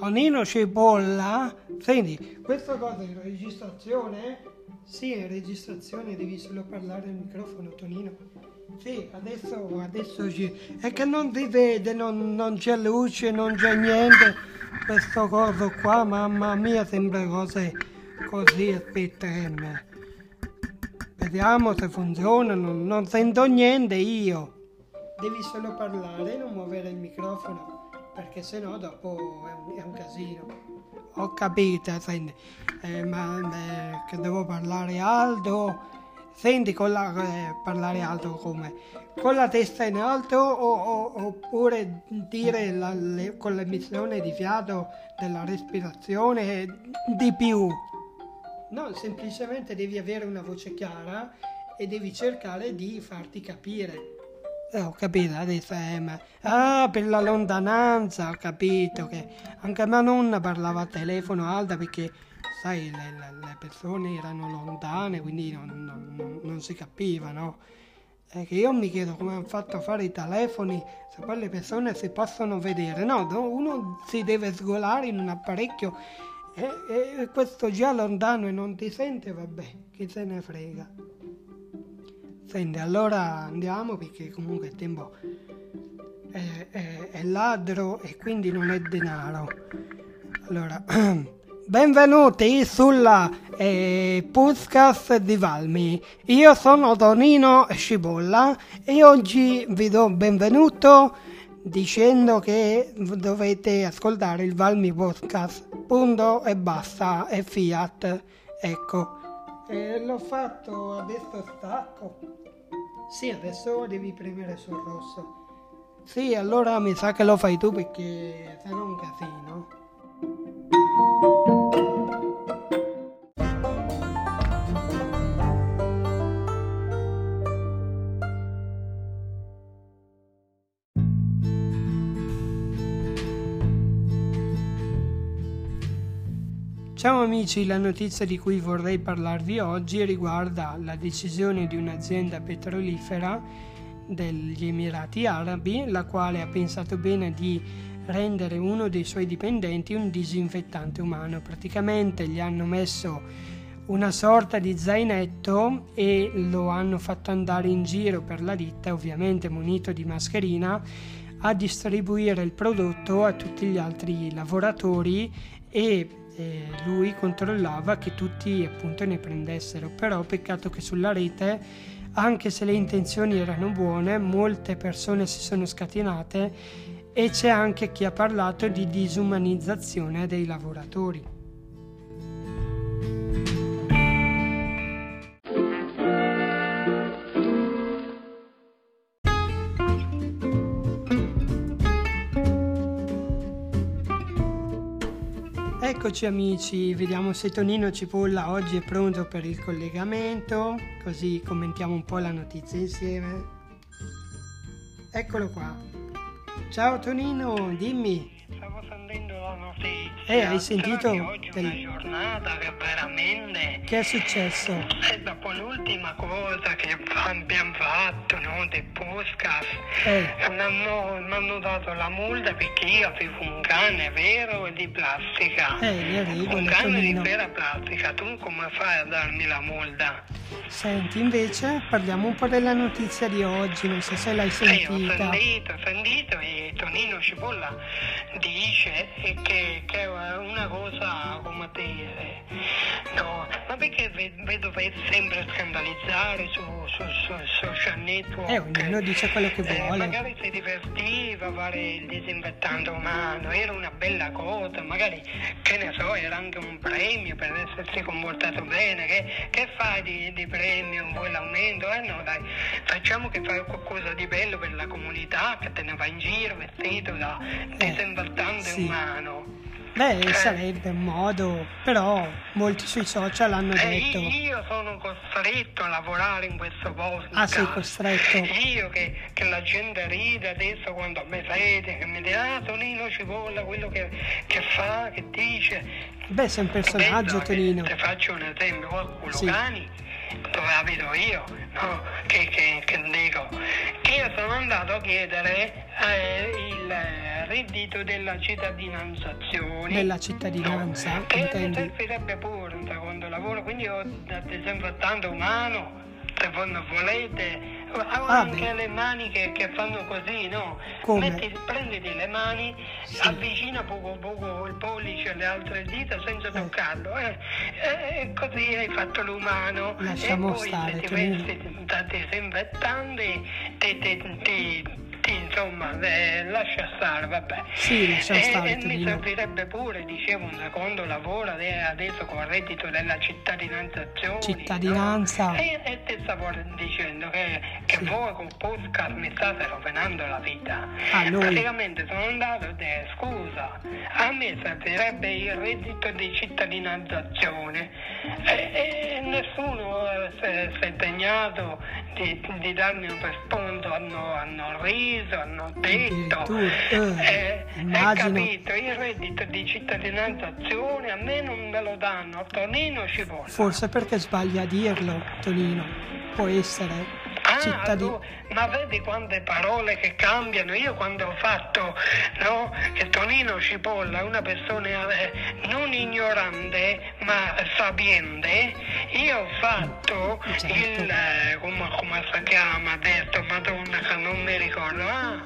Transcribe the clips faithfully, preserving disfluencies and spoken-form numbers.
Tonino Cipolla? Senti, questa cosa è in registrazione? Sì, è in registrazione, devi solo parlare al microfono, Tonino. Sì, adesso, adesso ci... è che non si vede, non, non c'è luce, non c'è niente. Questo coso qua, mamma mia, sembra cose così, aspetta, eh, vediamo se funziona, non, non sento niente io. Devi solo parlare, non muovere il microfono, perché sennò dopo è un, è un casino. Ho capito, senti, eh, ma eh, che devo parlare alto? Senti, con la, eh, parlare alto come? Con la testa in alto o, o, oppure dire la, le, con l'emissione di fiato della respirazione di più? No, semplicemente devi avere una voce chiara e devi cercare di farti capire. Eh, ho capito, adesso è... Ma... Ah, per la lontananza, ho capito che anche mia nonna parlava a telefono alta perché, sai, le, le, le persone erano lontane, quindi non, non, non, non si capiva, no? È che io mi chiedo come hanno fatto a fare i telefoni se poi le persone si possono vedere. No, uno si deve sgolare in un apparecchio e, e questo già lontano e non ti sente, vabbè, chi se ne frega. Senti, allora andiamo perché comunque il tempo è, è, è ladro e quindi non è denaro. Allora, benvenuti sulla eh, podcast di Valmi. Io sono Tonino Cipolla e oggi vi do benvenuto dicendo che dovete ascoltare il Valmi Podcast, punto e basta, e Fiat, ecco. E l'ho fatto, adesso stacco. Sì, adesso devi premere sul rosso. Sì, allora mi sa che lo fai tu perché se no è un casino. Ciao amici, la notizia di cui vorrei parlarvi oggi riguarda la decisione di un'azienda petrolifera degli Emirati Arabi, la quale ha pensato bene di rendere uno dei suoi dipendenti un disinfettante umano. Praticamente gli hanno messo una sorta di zainetto e lo hanno fatto andare in giro per la ditta, ovviamente munito di mascherina, a distribuire il prodotto a tutti gli altri lavoratori e E lui controllava che tutti appunto ne prendessero. Però peccato che sulla rete, anche se le intenzioni erano buone, molte persone si sono scatenate e c'è anche chi ha parlato di disumanizzazione dei lavoratori. Eccoci amici, vediamo se Tonino Cipolla oggi è pronto per il collegamento, così commentiamo un po' la notizia insieme. Eccolo qua. Ciao Tonino, dimmi. Stavo sentendo la notizia. Eh, hai sentito? Oggi è del... una giornata che veramente... Che è successo? E dopo l'ultima cosa che abbiamo fatto, no, del podcast, Eh. mi hanno, mi hanno dato la multa perché io avevo un cane vero e di plastica. Eh, le regole, un cane Tonino. di vera plastica. Tu come fai a darmi la multa? Senti, invece parliamo un po' della notizia di oggi, non so se l'hai Eh, ho sentita. sentito, ho sentito e Tonino Cipolla dice che, che è una cosa, come dire, no, ma perché vi, vi dovete sempre scandalizzare su, su, su social network? Eh, ognuno dice quello che Eh, vuole. magari si divertiva a fare il disinfettante umano, era una bella cosa, magari, che ne so, era anche un premio per essersi comportato bene, che, che fai di, di premio, vuoi l'aumento? Eh no, dai, facciamo che fai qualcosa di bello per la comunità, che te ne vai in giro vestito da disinfettante sì. umano. Beh, Eh. sarebbe un modo, però molti sui social hanno Eh, detto... io sono costretto a lavorare in questo posto. Ah, sei costretto? Io che, che la gente ride adesso quando mi vede, che mi dice, ah Tonino Cipolla, quello che, che fa, che dice. Beh, sei un personaggio, Penso che- Tonino. Ti faccio un esempio, qualcuno Sì. cani, dove abito io, no? Che, che, che dico, che io sono andato a chiedere eh, il reddito della cittadinanzazione. Della cittadinanza, no, che intendi? mi servirebbe pure un secondo lavoro, quindi ho disinfettante umano, se voi non volete. Ho Ah, anche beh. le mani che, che fanno così, no? Come? Metti, prenditi le mani, Sì. avvicina poco poco il pollice alle altre dita senza Eh. toccarlo, eh. E così hai fatto l'umano. Lasciamo e poi stare, se ti Tonino. vesti da disinfettante, ti, ti, ti, ti, insomma, eh, lascia stare, vabbè. Sì, lascia E- stare, e mi Tonino. servirebbe pure, dicevo, un secondo lavoro ade- adesso con il reddito della cittadinanzazione. Cittadinanza. No? E, e ti stavo dicendo che, che Sì. voi con podcast mi state rovinando la vita. Ah, noi. Praticamente sono andato e detto, scusa, a me servirebbe il reddito di cittadinanzazione e, e nessuno eh, si è- si è impegnato di, di darmi un rispondo, hanno, hanno riso, hanno detto, Addirittura, eh, hai immagino. capito, il reddito di cittadinanzazione a me non me lo danno, a Tonino ci vuole. Forse perché sbaglia a dirlo, Tonino. Può essere. Ah, Cittadin- allora, ma vedi quante parole che cambiano? Io quando ho fatto, no, che Tonino Cipolla è una persona eh, non ignorante ma sapiente, io ho fatto Certo. il, eh, come, come si chiama adesso, madonna che non mi ricordo, ah,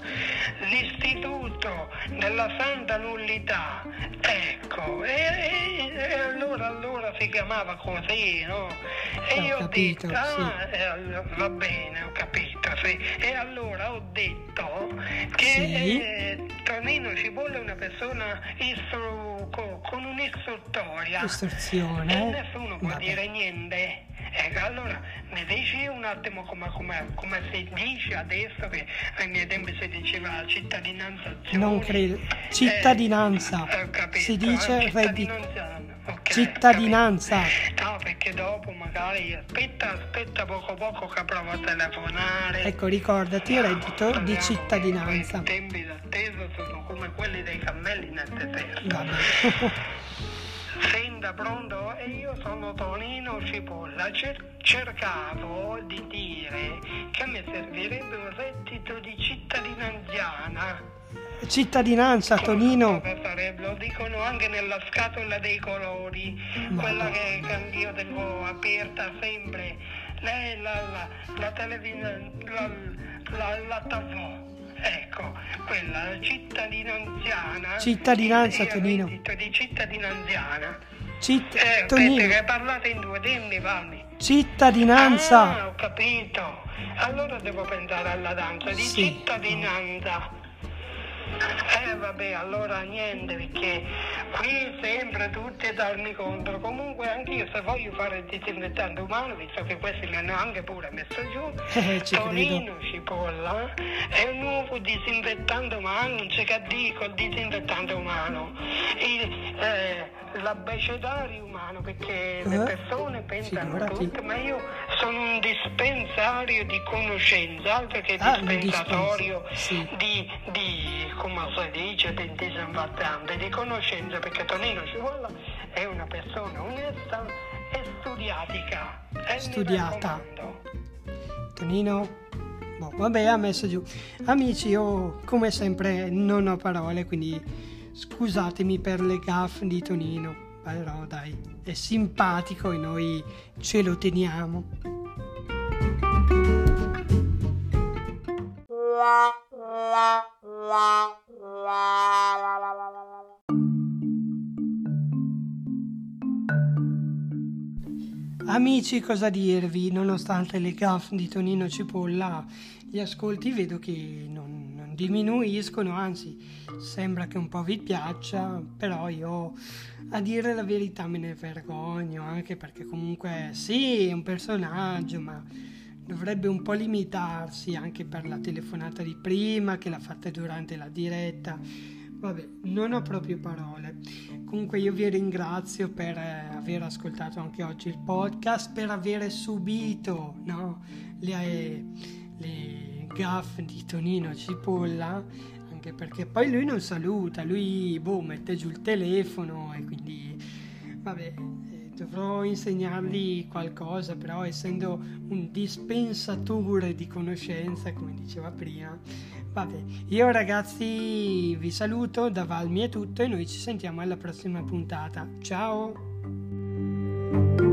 l'istituto della santa nullità, ecco, e, e- e allora, allora si chiamava così, no? E Ho io ho capito, detto, sì. ah, eh, allora, va bene, ho capito, sì. E allora ho detto che Sì. eh, Tonino Cipolla è una persona istru- co- con un'istruttoria Istruzione. e nessuno può Vabbè. dire niente. Ecco, allora mi dici un attimo come, come- come si dice adesso, che ai miei tempi si diceva cittadinanzazione. Non credo. Cittadinanza. Eh, ho capito, Si dice eh, reddito. cittadinanza. Ok, Cittadinanza. capito. No, perché dopo magari aspetta, aspetta poco poco che provo a telefonare. Ecco, ricordati, reddito di Parliamo cittadinanza. che I tempi d'attesa sono come quelli dei cammelli nel deserto. Vabbè. Senta, pronto? E io sono Tonino Cipolla. Cer- cercavo di dire che mi servirebbe un reddito di cittadinanziana. Cittadinanza, Tonino. Cosa sarebbe? Lo dicono anche nella scatola dei colori, Ma quella no. che, che io tengo aperta sempre, la, la, la, la televisione, la, la, la tivù. Ecco, quella la cittadinanziana. Cittadinanza, il- il Tonino. reddito di cittadinanziana. Citt- Eh, aspetta, Tonino. che parlate in due, dimmi, parli. Cittadinanza. Ah, ho capito. Allora devo pensare alla danza di Sì. cittadinanza. Eh vabbè, allora niente, perché qui sempre tutti a darmi contro. Comunque anch'io se voglio fare il disinfettante umano, visto che questi mi hanno anche pure messo giù, Eh, ci Tonino Cipolla è un nuovo disinfettante umano, non c'è che dico il disinfettante umano, il, eh, l'abbecedario umano, perché le Eh, persone pensano figurati. tutte, ma io sono un dispensario di conoscenza, altro che Ah, un dispensatorio dispensa- sì. di, di, come si dice, di disinfettante, di conoscenza, perché Tonino Cipolla è una persona onesta e studiatica. E mi Studiata. raccomando. Tonino. Boh, vabbè, ha messo giù. Amici, io come sempre non ho parole, quindi scusatemi per le gaffe di Tonino. Però dai, è simpatico e noi ce lo teniamo. Amici, cosa dirvi? Nonostante le gaffe di Tonino Cipolla, gli ascolti vedo che non, non diminuiscono, anzi sembra che un po' vi piaccia, però io a dire la verità me ne vergogno, anche perché comunque sì, è un personaggio, ma dovrebbe un po' limitarsi anche per la telefonata di prima che l'ha fatta durante la diretta. Vabbè, non ho proprio parole. Comunque io vi ringrazio per eh, aver ascoltato anche oggi il podcast, per aver subito, no, le, le gaffe di Tonino Cipolla, anche perché poi lui non saluta, lui boh, mette giù il telefono e quindi vabbè, eh, dovrò insegnargli qualcosa, però essendo un dispensatore di conoscenza, come diceva prima. Vabbè, io ragazzi vi saluto, da Valmi è tutto e noi ci sentiamo alla prossima puntata. Ciao!